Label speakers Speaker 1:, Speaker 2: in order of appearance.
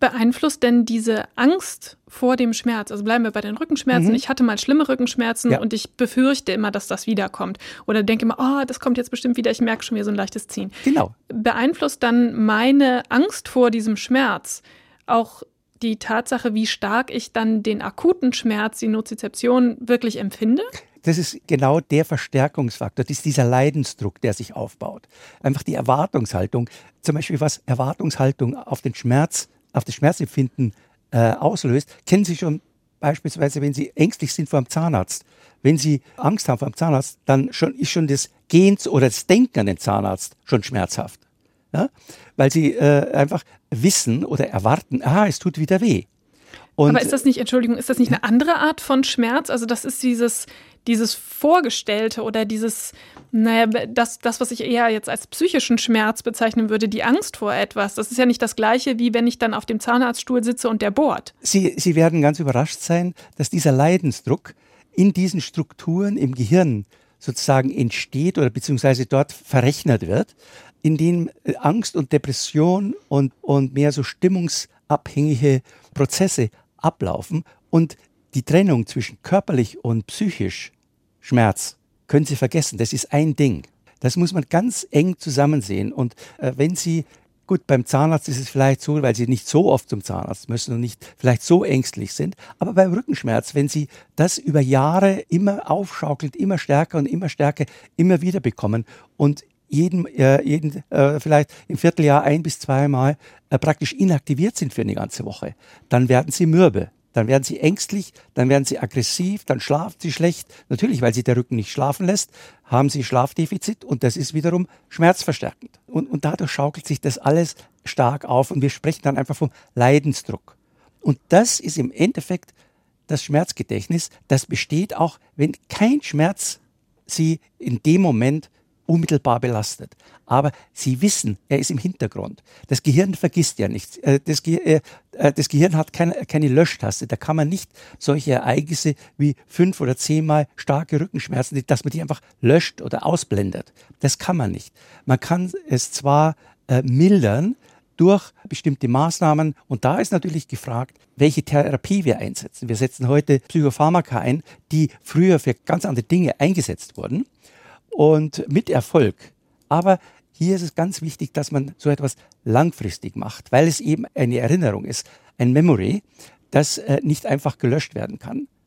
Speaker 1: Beeinflusst denn diese Angst vor dem Schmerz, also bleiben wir bei den Rückenschmerzen, ich hatte mal schlimme Rückenschmerzen und ich befürchte immer, dass das wiederkommt. Oder denke immer, oh, das kommt jetzt bestimmt wieder, ich merke schon wieder so ein leichtes Ziehen.
Speaker 2: Genau.
Speaker 1: Beeinflusst dann meine Angst vor diesem Schmerz auch die Tatsache, wie stark ich dann den akuten Schmerz, die Nozizeption wirklich empfinde?
Speaker 2: Das ist genau der Verstärkungsfaktor, das ist dieser Leidensdruck, der sich aufbaut. Einfach die Erwartungshaltung, zum Beispiel was Erwartungshaltung auf den Schmerz, auf das Schmerzempfinden auslöst, kennen Sie schon beispielsweise, wenn Sie ängstlich sind vor dem Zahnarzt. Wenn Sie Angst haben vor dem Zahnarzt, dann ist schon das Gehen oder das Denken an den Zahnarzt schon schmerzhaft. Ja? Weil Sie einfach wissen oder erwarten, es tut wieder weh. Und
Speaker 1: aber ist das nicht eine andere Art von Schmerz? Also das ist dieses Vorgestellte oder dieses, das, was ich eher jetzt als psychischen Schmerz bezeichnen würde, die Angst vor etwas. Das ist ja nicht das Gleiche, wie wenn ich dann auf dem Zahnarztstuhl sitze und der bohrt.
Speaker 2: Sie werden ganz überrascht sein, dass dieser Leidensdruck in diesen Strukturen im Gehirn sozusagen entsteht oder beziehungsweise dort verrechnet wird, in denen Angst und Depression und mehr so stimmungsabhängige Prozesse ablaufen und die Trennung zwischen körperlich und psychisch Schmerz können Sie vergessen. Das ist ein Ding. Das muss man ganz eng zusammen sehen. Und wenn Sie, gut, beim Zahnarzt ist es vielleicht so, weil Sie nicht so oft zum Zahnarzt müssen und nicht vielleicht so ängstlich sind, aber beim Rückenschmerz, wenn Sie das über Jahre immer aufschaukelt, immer stärker und immer stärker, immer wieder bekommen und jeden vielleicht im Vierteljahr 1 bis 2 Mal praktisch inaktiviert sind für eine ganze Woche, dann werden Sie mürbe. Dann werden Sie ängstlich, dann werden Sie aggressiv, dann schlafen Sie schlecht. Natürlich, weil Sie der Rücken nicht schlafen lässt, haben Sie Schlafdefizit und das ist wiederum schmerzverstärkend. Und dadurch schaukelt sich das alles stark auf und wir sprechen dann einfach vom Leidensdruck. Und das ist im Endeffekt das Schmerzgedächtnis. Das besteht auch, wenn kein Schmerz Sie in dem Moment unmittelbar belastet. Aber Sie wissen, er ist im Hintergrund. Das Gehirn vergisst ja nichts. Das Gehirn hat keine Löschtaste. Da kann man nicht solche Ereignisse wie 5 oder 10 Mal starke Rückenschmerzen, dass man die einfach löscht oder ausblendet. Das kann man nicht. Man kann es zwar mildern durch bestimmte Maßnahmen und da ist natürlich gefragt, welche Therapie wir einsetzen. Wir setzen heute Psychopharmaka ein, die früher für ganz andere Dinge eingesetzt wurden. Und mit Erfolg. Aber hier ist es ganz wichtig, dass man so etwas langfristig macht, weil es eben eine Erinnerung ist, ein Memory, das nicht einfach gelöscht werden kann.